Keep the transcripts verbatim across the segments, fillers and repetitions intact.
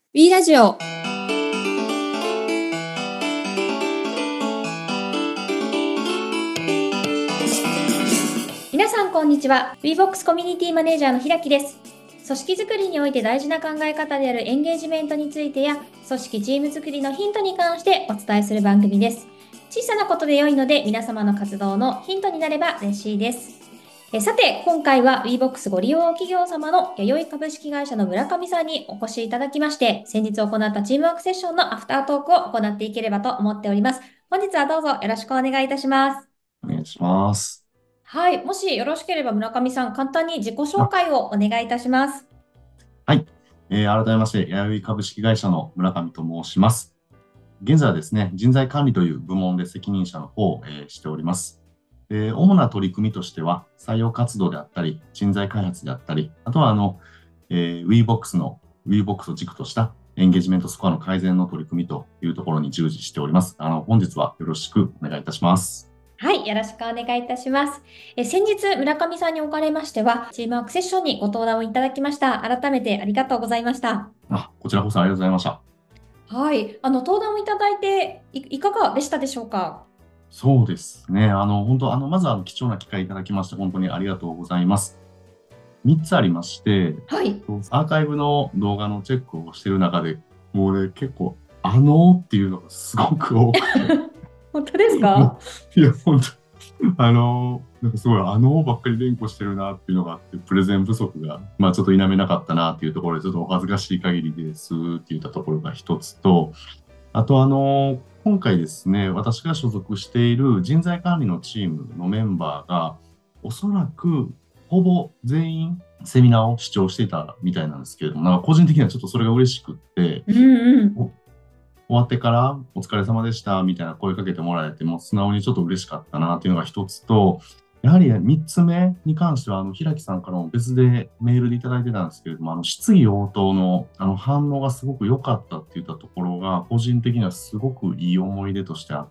B ラジオ。皆さんこんにちは。 B ボックスコミュニティマネージャーの平木です。組織づくりにおいて大事な考え方であるエンゲージメントについてや組織チームづくりのヒントに関してお伝えする番組です。小さなことで良いので皆様の活動のヒントになれば嬉しいです。えさて今回は B ボックスご利用企業様の弥生株式会社の村上さんにお越しいただきまして、先日行ったチームワークセッションのアフタートークを行っていければと思っております。本日はどうぞよろしくお願いいたします。 お願いします。 はい、もしよろしければ村上さん、簡単に自己紹介をお願いいたします。 はい、えー、改めまして、弥生株式会社の村上と申します。現在はですね、人材管理という部門で責任者の方を、えー、しております。で、主な取り組みとしては、採用活動であったり、人材開発であったり、あとはあの、えー、WeBox の WeBox を軸としたエンゲージメントスコアの改善の取り組みというところに従事しております。あの、本日はよろしくお願いいたします。 はい、よろしくお願いいたします。え先日、村上さんにおかれましては、チームワークセッションにご登壇をいただきました。改めてありがとうございました。 あ、こちらこそありがとうございました。 はい、あの登壇をいただいて い, いかがでしたでしょうか。 そうですね。あの、本当、あの、まずあの貴重な機会いただきまして、本当にありがとうございます。みっつありまして、 はい。 アーカイブの動画のチェックをしている中で、もうね、結構、あのーっていうのがすごく多くて、 本当ですもか？ う、いや、本当、あのーなんかすごい、あのーばっかり連呼してるなっていうのがあって、プレゼン不足が、まあちょっと否めなかったなっていうところで、ちょっとお恥ずかしい限りですって言ったところが一つと、あと、あの、今回ですね、私が所属している人材管理のチームのメンバーが、おそらくほぼ全員セミナーを視聴していたみたいなんですけれども、なんか個人的にはちょっとそれが嬉しくって、 うんうん。 お終わってからお疲れ様でしたみたいな声かけてもらえて、もう素直にちょっと嬉しかったなっていうのが一つと、やはりみっつめに関しては、あの、平木さんからも別でメールでいただいてたんですけれども、あの、質疑応答のあの反応がすごく良かったって言ったところが、個人的にはすごくいい思い出としてあって、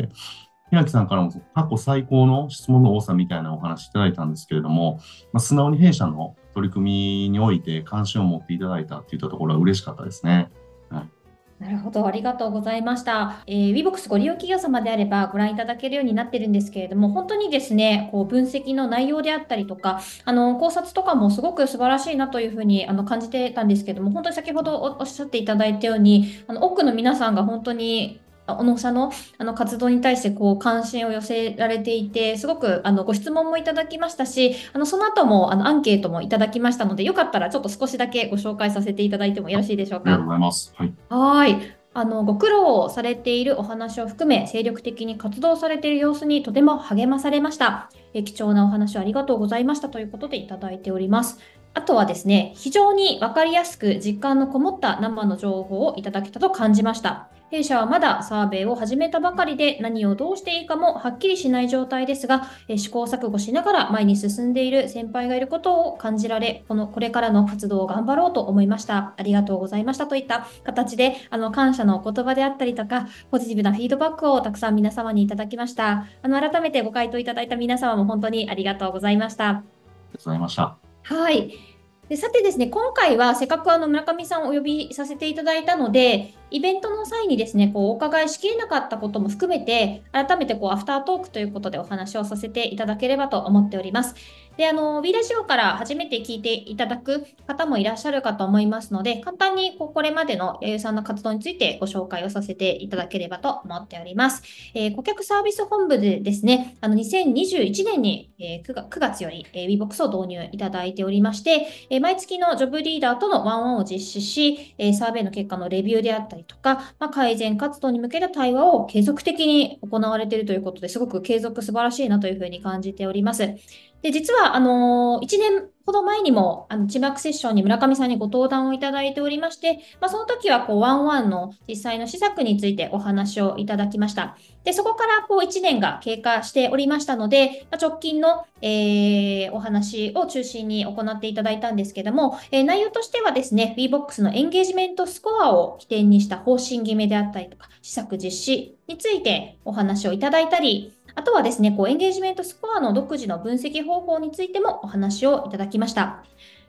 平木さんからも過去最高の質問の多さみたいなお話いただいたんですけれども、まあ、素直に弊社の取り組みにおいて関心を持っていただいたっていったところは嬉しかったですね。はい。 なるほど、ありがとうございました。えー、WeBox ご利用企業様であればご覧いただけるようになってるんですけれども、本当にですね、こう分析の内容であったりとか、あの考察とかもすごく素晴らしいなというふうにあの感じてたんですけども、本当に先ほどお、おっしゃっていただいたように、あの多くの皆さんが本当にあ小野さんの、あの活動に対してこう関心を寄せられていて、すごくあのご質問もいただきましたし、あのその後もあのアンケートもいただきましたので、よかったらちょっと少しだけご紹介させていただいてもよろしいでしょうありがとうごか。 ざいます。はい。 はい。あの、ご苦労されているお話を含め、精力的に活動されている様子にとても励まされました。え貴重なお話をありがとうございましたということでいただいております。あとはですね、非常にわかりやすく実感のこもった生の情報をいただけたと感じました。弊社はまだサーベイを始めたばかりで何をどうしていいかもはっきりしない状態ですが、え試行錯誤しながら前に進んでいる先輩がいることを感じられ、このこれからの活動を頑張ろうと思いました。ありがとうございましたといった形で、あの感謝のお言葉であったりとか、ポジティブなフィードバックをたくさん皆様にいただきました。あの改めてご回答いただいた皆様も本当にありがとうございました。 ありがとうございました。 はい。で、さてですね、今回はせっかくあの村上さんをお呼びさせていただいたので、イベントの際にですね、こうお伺いしきれなかったことも含めて、改めてこうアフタートークということでお話をさせていただければと思っております。で、あの、B ラジオから初めて聞いていただく方もいらっしゃるかと思いますので、簡単にこうこれまでの弥生さんの活動についてご紹介をさせていただければと思っております。えー顧客サービス本部でですね、あのにせんにじゅういちねんに、えー、くがくがつより、えー、WeBox を導入いただいておりまして、えー毎月のジョブリーダーとのワンオンワンを実施し、えーサーベイの結果のレビューであったりとか、まあ、改善活動に向けた対話を継続的に行われているということですごく継続素晴らしいなというふうに感じております。で、実は、あのー、いちねんほど前にも、あの、チームワークセッションに村上さんにご登壇をいただいておりまして、まあ、その時は、こう、ワンワンの実際の施策についてお話をいただきました。で、そこから、こう、いちねんが経過しておりましたので、まあ、直近の、えーお話を中心に行っていただいたんですけども、えー内容としてはですね、WeBox のエンゲージメントスコアを起点にした方針決めであったりとか、施策実施についてお話をいただいたり、あとはですね、こうエンゲージメントスコアの独自の分析方法についてもお話をいただきました。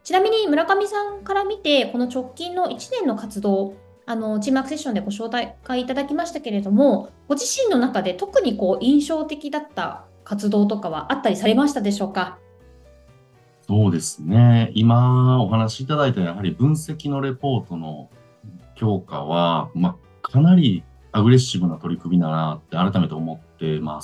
ちなみに村上さんから見て、この直近のいちねんの活動、あの、チームワークセッションでご紹介いただきましたけれども、ご自身の中で特にこう印象的だった活動とかはあったりされましたでしょうか？ そうですね。今お話しいただいたやはり分析のレポートの強化は、まあ、かなりアグレッシブな取り組みだなって改めて思ってます。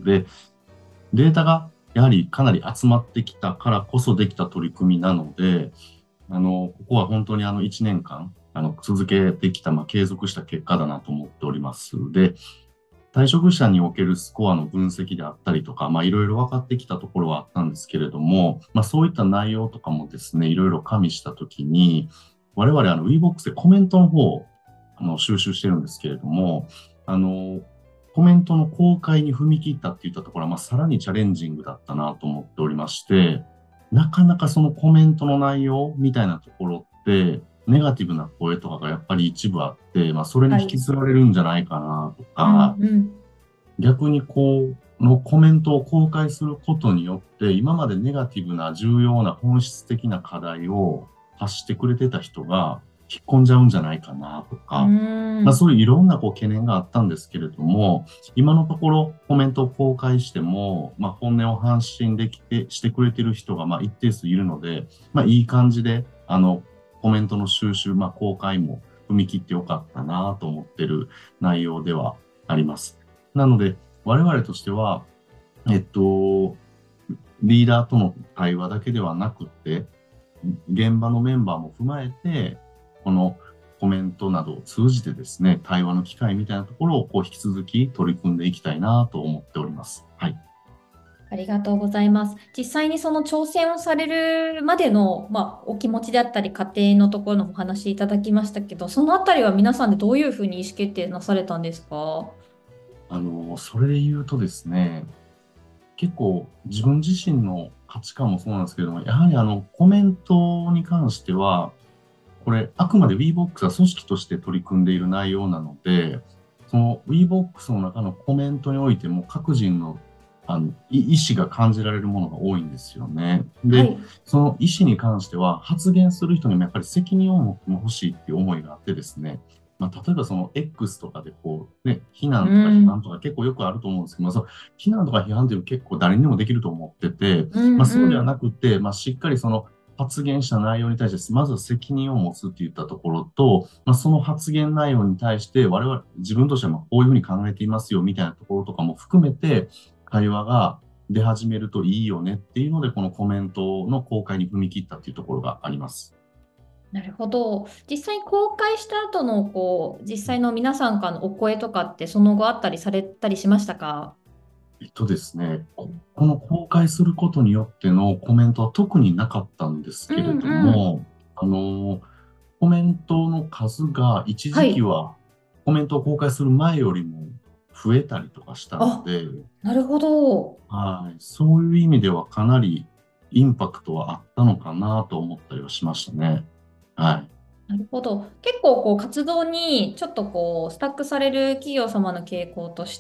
で、データがやはりかなり集まってきたからこそできた取り組みなので、あの、ここは本当にあのいちねんかん、あの、続けてきた、まあ、継続した結果だなと思っております。で、退職者におけるスコアの分析であったりとか、まあ、いろいろ分かってきたところはあったんですけれども、まあ、そういった内容とかもですね、いろいろ加味したときに、我々、あの、WeBox でコメントの方を、あの、収集してるんですけれども、あの、コメントの公開に踏み切ったっていったところは、まあ、さらにチャレンジングだったなと思っておりまして、なかなかそのコメントの内容みたいなところって、ネガティブな声とかがやっぱり一部あって、まあ、それに引きはい。 ずられるんじゃないかなとうんか、 うん。 逆にこう、のコメントを公開することによって、今までネガティブな重要な本質的な課題を発してくれてた人が引っ込んじゃうんじゃないかなとうーか、まあん。 そういういろんなこう懸念があったんですけれども、今のところコメントを公開しても、まあ本音を発信できて、してくれてる人がまあ一定数いるので、まあいい感じで、あの、コメントの収集、まあ公開も踏み切ってよかったなと思ってる内容ではあります。なので、我々としては、えっと、リーダーとの対話だけではなくて、現場のメンバーも踏まえて、このコメントなどを通じてですね、対話の機会みたいなところをこう引き続き取り組んでいきたいなと思っております。はい。 ありがとうございます。実際にその挑戦をされるまでの、まあ、お気持ちであったり、過程のところのお話いただきましたけど、そのあたりは皆さんでどういうふうに意思決定なされたんですか？ あの、それで言うとですね、結構自分自身の価値観もそうなんですけれども、やはりあのコメントに関しては、これ、あくまで WeBox は組織として取り組んでいる内容なので、その WeBox の中のコメントにおいても各人の、あのい意思が感じられるものが多いんですよね。で、 はい。 その意思に関しては発言する人にもやっぱり責任を持ってほしいっていう思いがあってですね、まあ、例えばその X とかでこう、ね、非う難とか批判ん。 とか結構よくあると思うんですけど、まあ、その非難とか批判っていうのは結構誰にでもできると思ってて、 うんまあ、そうではうん。 なくて、まあ、しっかりその発言した内容に対して、まずは責任を持つっていったところと、まあ、その発言内容に対して、我々、自分としてはまあこういうふうに考えていますよみたいなところとかも含めて、会話が出始めるといいよねっていうので、このコメントの公開に踏み切ったっていうところがあります。 なるほど。実際公開した後の、こう、実際の皆さんからのお声とかってその後あったりされたりしましたか？ えっとですね、ここの公開することによってのコメントは特になかったんですうけれどんうん。 も、あの、コメントの数が一はい。 時期はコメントを公開する前よりも増えたりとかしたのあ、 で、 なるほど。 はい、そういう意味ではかなりインパクトはあったのかなと思ったりはしましたね。はい。 なるほど。結構こう活動にちょっとこうスタックされる企業様の傾向として、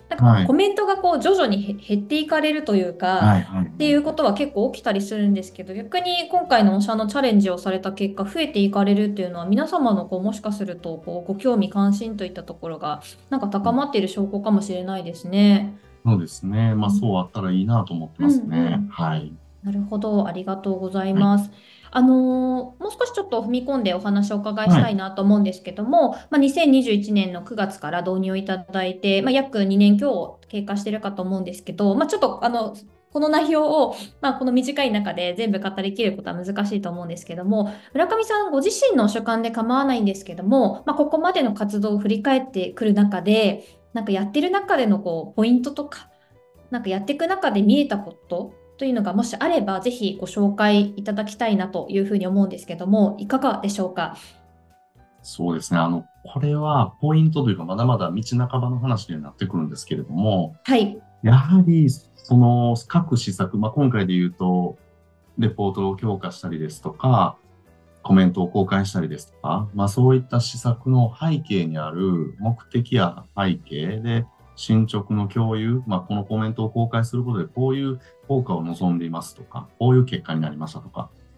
なんかこうはい。 コメントがこう徐々にへ減っていかれるというか、 はい。はい。 っていうことは結構起きたりするんですけど、逆に今回のお社のチャレンジをされた結果、増えていかれるっていうのは、皆様のこうもしかするとこうご興味関心といったところがなんか高まっている証拠かもしれないですね。 そうですね。まあ、 うん、 そうあったらいいなと思ってうますね。 んうん。 はい。 なるほど、ありがとうございはい。 ます。あのーもう少しちょっと踏み込んでお話をお伺いしはい。 たいなと思うんですけども、まあ、にせんにじゅういちねんのくがつから導入をいただいて、まあ、約にねん強経過しているかと思うんですけど、まあ、ちょっとあの、この内容を、まあ、この短い中で全部語りきることは難しいと思うんですけども、村上さんご自身の主観で構わないんですけども、まあ、ここまでの活動を振り返ってくる中で、なんかやってる中でのこうポイントとか、なんかやっていく中で見えたことというのがもしあれば、ぜひご紹介いただきたいなというふうに思うんですけども、いかがでしょうか？ そうですね。あの、これはポイントというか、まだまだ道半ばの話になってくるんですけれども、 はい。 やはり、その各施策、まあ、今回で言うと、レポートを強化したりですとか、コメントを公開したりですとか、まあ、そういった施策の背景にある目的や背景で、進捗の共有、まあ、このコメントを公開することで、こういう効果を望んでいますとか、こういう結果になりましたとか、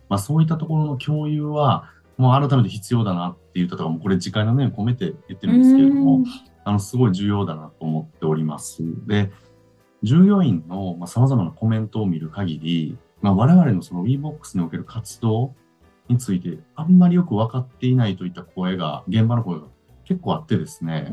まあ、そういったところの共有は、もう改めて必要だなって言ったとかも、これ次回の念を込めて言ってうーるんですけれども、 ん。 あの、すごい重要だなと思っております。で、従業員のさまざまなコメントを見る限り、まあ、我々のその WeBox における活動についてあんまりよく分かっていないといった声が、現場の声が結構あってですね、 うん。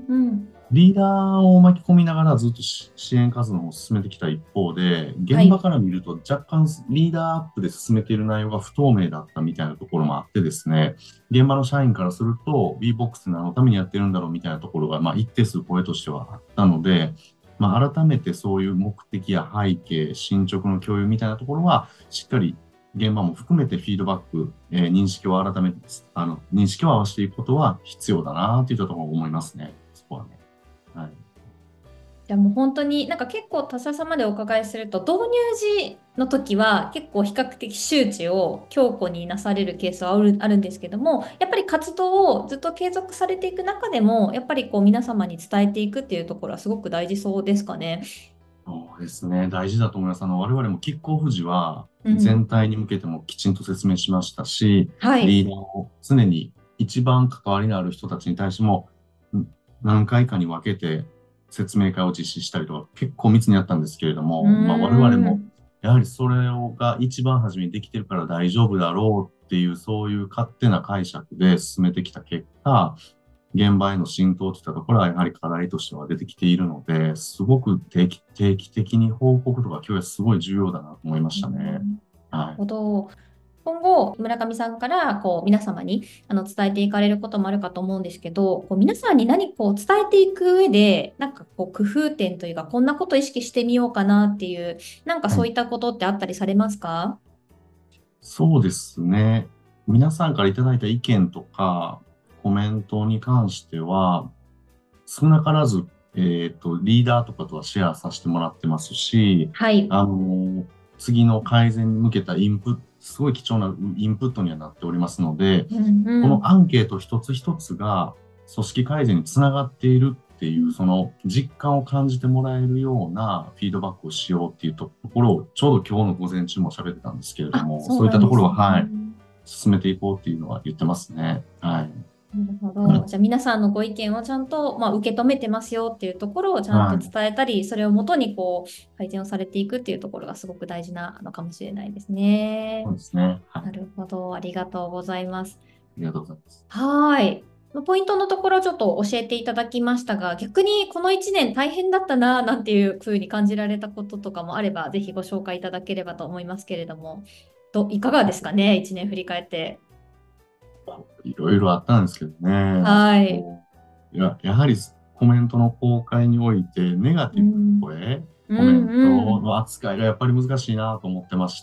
うん。 リーダーを巻き込みながらずっとし支援活動を進めてきた一方で、現場はい。 から見ると若干リーダーアップで進めている内容が不透明だったみたいなところもあってですね、現場の社員からすると WeBox 何のためにやってるんだろうみたいなところが、まあ、一定数声としてはあったので、まあ、改めてそういう目的や背景、進捗の共有みたいなところはしっかり現場も含めてフィードバック、えー認識を改めて、あの、認識を合わせていくことは必要だなといったところを思いますね。そこはね。はい。 じゃあもう本当になんか結構他社様でお伺いすると導入時の時は結構比較的周知を強固になされるケースはある、あるんですけども、やっぱり活動をずっと継続されていく中でもやっぱりこう皆様に伝えていくっていうところはすごく大事そうですかね。 そうですね。大事だと思います。あの、我々もキックオフ時はうん。 全体に向けてもきちんと説明しましたし、 はい。 リーダーを常に一番関わりのある人たちに対してもん何回かに分けて説明会を実施したりとか結構密にやったんですけれどうーも、まあ、我々もん。 やはりそれが一番初めにできてるから大丈夫だろうっていうそういう勝手な解釈で進めてきた結果、現場への浸透といったところはやはり課題としては出てきているので、すごく定期、定期的に報告とか共有はすごい重要だなと思いまうしたね。 ん。なるはい。 ほど。今後、村上さんからこう皆様にあの伝えていかれることもあるかと思うんですけど、こう皆さんに何こう伝えていく上で、なんかこう工夫点というか、こんなこと意識してみようかなっていう、なんかはい。 そういったことってあったりされますか？ そうですね。皆さんからいただいた意見とかコメントに関しては、少なからず、えっと、リーダーとかとはシェアさせてもらってますし、 はい。 あの、次の改善に向けたインプット、すごい貴重なインプットにはなっておりますので、 うんうん。 このアンケート一つ一つが組織改善につながっているっていう、その実感を感じてもらえるようなフィードバックをしようっていうところを、ちょうど今日の午前中も喋ってたんですけれどあ、 も、 そうそういったところは、 なんですね。 はい、進めていこうっていうのは言ってますね。はい。 なるほど。じゃあ皆さんのご意見をちゃんと、まあ、受け止めてますよっていうところをちゃんとはい。 伝えたり、それをもとにこう改善をされていくっていうところがすごく大事なのかもしれないですね。 そうですね。はい。あなるほど。ありがとうございます。 りがとうございます。 はーい。ポイントのところちょっと教えていただきましたが、逆にこのいちねん大変だったな、なんていうふうに感じられたこととかもあれば、ぜひご紹介いただければと思いますけれども、どいかがですかね、いちねん振り返って。 いろいろあったんですけどね。 はい。 こうや、やはりコメントの公開において、ネガティブなうん。 声、 うコメンんうん。 トの扱いがやっぱり難しいなと思ってまして、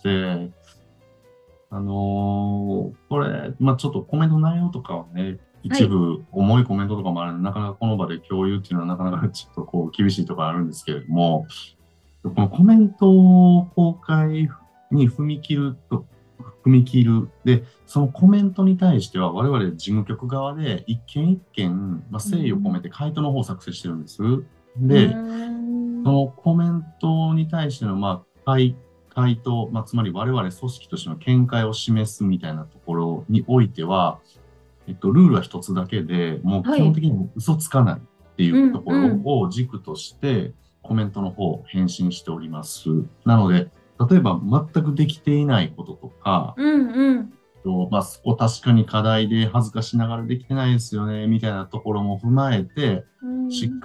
あのーこれ、まあ、ちょっとコメントの内容とかはね、一はい。 部重いコメントとかもあるので、なかなかこの場で共有っていうのはなかなかちょっとこう厳しいところあるんですけれども、このコメント公開に踏み切ると、踏み切る。で、そのコメントに対しては我々事務局側で一件一件、まあ、 う誠意を込めん。 て回答の方を作成してるんです。 うで、そん。 のコメントに対しての、まあ、回、回答、まあ、つまり我々組織としての見解を示すみたいなところにおいては、えっと、ルールは一つだけで、もうはい。 基本的に嘘つかないっていうとうんころうん。 を軸として、コメントの方、返信しております。なので、例えば全くできていないこととか、 うんうん。 とまあ、そこ確かに課題で恥ずかしながらできてないですよね、みたいなところも踏まえて、 うん。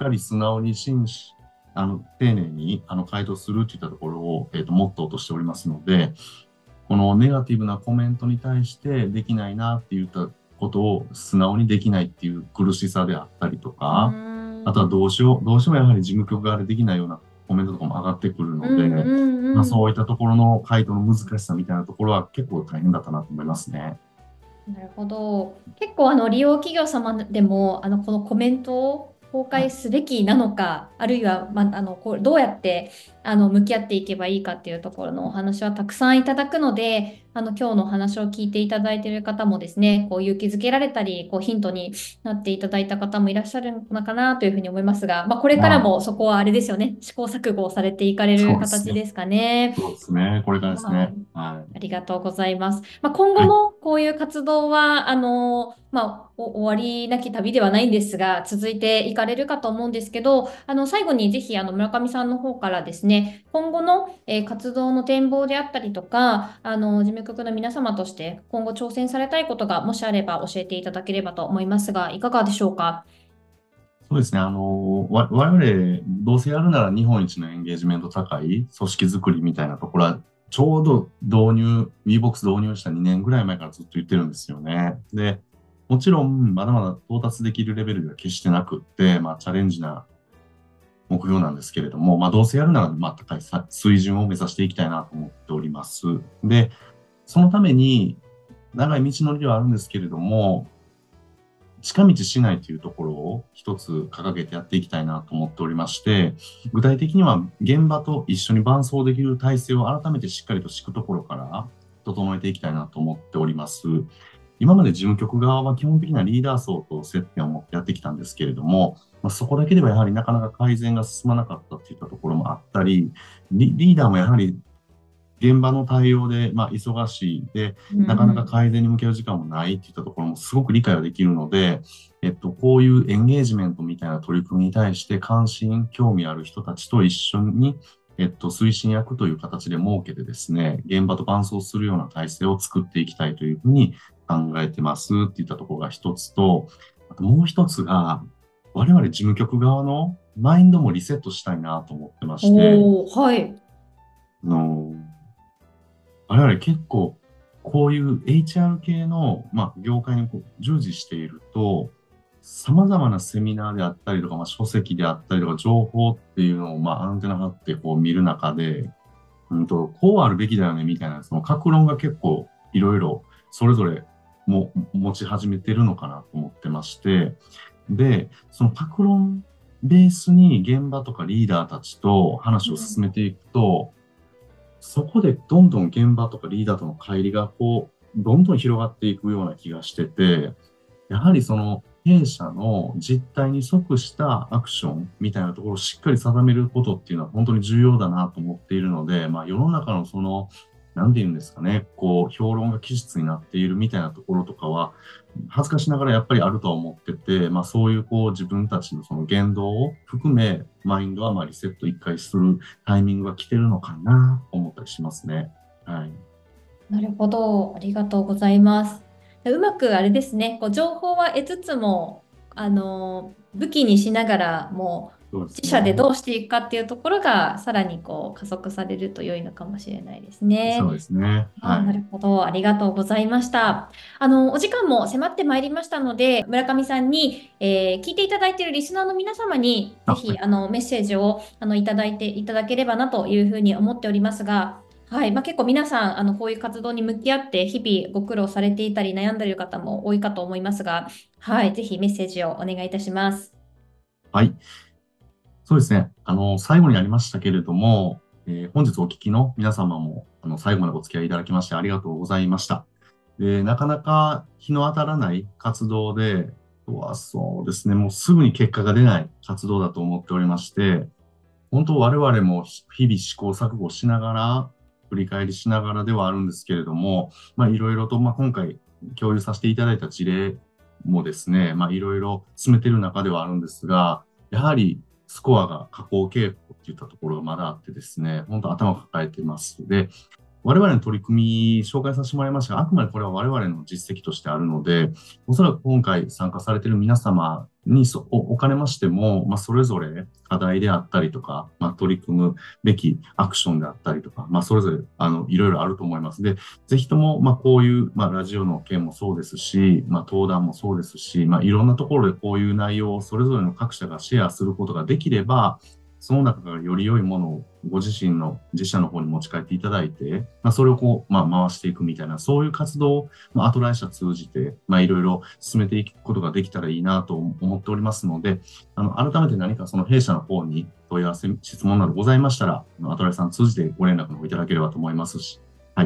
しっかり素直に真摯、あの、丁寧にあの回答するといったところを、えっと、モットーとしておりますので、このネガティブなコメントに対してできないなって言ったことを素直にできないっていう苦しさであったりとうか、あとはん。 どうしよう、どうしてもやはり事務局側でできないようなコメントとかも上がってくるので、 うんうんまあ、 うん。 そういったところの回答の難しさみたいなところは結構大変だったなと思いますね。 なるほど。結構あの利用企業様でもあのこのコメントを公はい。 開すべきなのか、あるいは、ま、あのこうどうやってあの向き合っていけばいいかっていうところのお話はたくさんいただくので、 あの、今日のお話を聞いていただいている方もですね、こう勇気づけられたり、こうヒントになっていただいた方もいらっしゃるのかなというふうに思いますが、まあ、これからまあ、 もそこはあれですよね、試行錯誤をされていかれるそうですね。 形ですかね。 そうですね。これからですね。 はい。 はありがとうございます。まあ、今い。はい。 後もこういう活動は、あの、まあ、お終わりなき旅ではないんですが、続いていかれるかと思うんですけど、あの、最後にぜひ、あの、村上さんの方からですね、今後の、えー活動の展望であったりとか、あの、事務局の皆様として今後挑戦されたいことがもしあれば教えていただければと思いますが、いかがでしょうか？ そうですね。あの、わ、我々、どうせやるなら日本一のエンゲージメント高い組織づくりみたいなところは、ちょうど導入、WeBox 導入したにねんぐらい前からずっと言ってるんですよね。で、もちろん、まだまだ到達できるレベルでは決してなくって、まあ、チャレンジな目標なんですけれども、まあ、どうせやるなら、まあ、高いさ水準を目指していきたいなと思っております。で、そのために、長い道のりではあるんですけれども、近道しないというところを一つ掲げてやっていきたいなと思っておりまして、具体的には現場と一緒に伴走できる体制を改めてしっかりと敷くところから整えていきたいなと思っております。今まで事務局側は基本的なリーダー層と接点を持ってやってきたんですけれども、まあ、そこだけではやはりなかなか改善が進まなかったっていったところもあったり、リリーダーもやはり現場の対応で、まあ、忙しいで、 うなかなかん。 改善に向ける時間もないっていったところもすごく理解はできるので、えっと、こういうエンゲージメントみたいな取り組みに対して関心、興味ある人たちと一緒に、えっと、推進役という形で設けてですね、現場と伴走するような体制を作っていきたいというふうに考えてますっていったところが一つと、あともう一つが、我々事務局側のマインドもリセットしたいなと思ってまして、 おー、はい。 あの我々結構こういう エイチアール 系の、まあ、業界にこう従事していると、様々なセミナーであったりとか、まあ、書籍であったりとか、情報っていうのを、まあ、アンテナ張ってこう見る中で、うんと、こうあるべきだよねみたいな、その各論が結構いろいろそれぞれも持ち始めてるのかなと思ってまして、で、その各論ベースに現場とかリーダーたちと話を進めていくと、そこでどんどん現場とかリーダーとの乖離がこう、どんどん広がっていくような気がしてて、やはりその弊社の実態に即したアクションみたいなところをしっかり定めることっていうのは本当に重要だなと思っているので、まあ世の中のその、なんて言うんですかね、こう、評論が気質になっているみたいなところとかは、恥ずかしながらやっぱりあるとは思ってて、まあそういうこう自分たちのその言動を含め、マインドはまあリセット一回するタイミングが来てるのかなと思ったりしますね。はい。 なるほど。ありがとうございます。うまくあれですね、こう情報は得つつも、あの、武器にしながらもそうで自社ですね。 どうしていくかっていうところが、さらにこう加速されると良いのかもしれないですね。 そうですね。 あ、 はい。 なるほど。ありがとうございました。あの、お時間も迫ってまいりましたので、村上さんに、えー聞いていただいているリスナーの皆様に、ぜあ、はひ、 い。 あの、メッセージを、あの、いただいていただければなというふうに思っておりますが、はい。まあ、結構皆さん、あの、こういう活動に向き合って、日々ご苦労されていたり、悩んでいる方も多いかと思いますが、はい。ぜひメッセージをお願いいたします。 はい。そうですね。あの、最後にありましたけれども、えー本日お聞きの皆様も、あの、最後までお付き合いいただきましてありがとうございました。で、なかなか日の当たらない活動で、あとはそうですね、もうすぐに結果が出ない活動だと思っておりまして、本当我々も日々試行錯誤しながら、振り返りしながらではあるんですけれども、まあいろいろと、まあ今回共有させていただいた事例もですね、まあいろいろ進めている中ではあるんですが、やはりスコアが下降傾向っていったところがまだあってですね、本当頭を抱えています。で、我々の取り組み紹介させてもらいましたが、あくまでこれは我々の実績としてあるので、おそらく今回参加されている皆様にそおかれましても、まあ、それぞれ課題であったりとか、まあ、取り組むべきアクションであったりとか、まあ、それぞれあのいろいろあると思います。で、ぜひとも、まあ、こういう、まあ、ラジオの件もそうですし、まあ、登壇もそうですし、まあ、いろんなところでこういう内容をそれぞれの各社がシェアすることができれば、その中からより良いものをご自身の自社の方に持ち帰っていただいて、まあ、それをこう、まあ、回していくみたいな、そういう活動を、まあ、アトライ社通じて、まあ、いろいろ進めていくことができたらいいなと思っておりますので、あの、改めて何かその弊社の方に問い合わせ、質問などございましたら、あのアトライさん通じてご連絡の方いただければと思いますし、はい。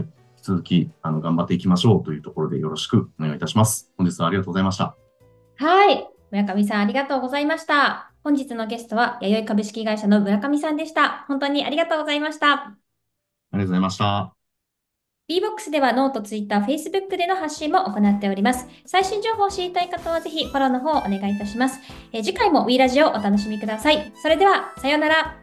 き続き、あの、頑張っていきましょうというところでよろしくお願いいたします。本日はありがとうございました。 はい。村上さん、ありがとうございました。本日のゲストは、弥生株式会社の村上さんでした。本当にありがとうございました。 ありがとうございました。 ビーボックス ではノート、ツイッター、フェイスブック での発信も行っております。最新情報を知りたい方はぜひフォローの方をお願いいたします。えー次回も ウィー ラジオをお楽しみください。それでは、さようなら。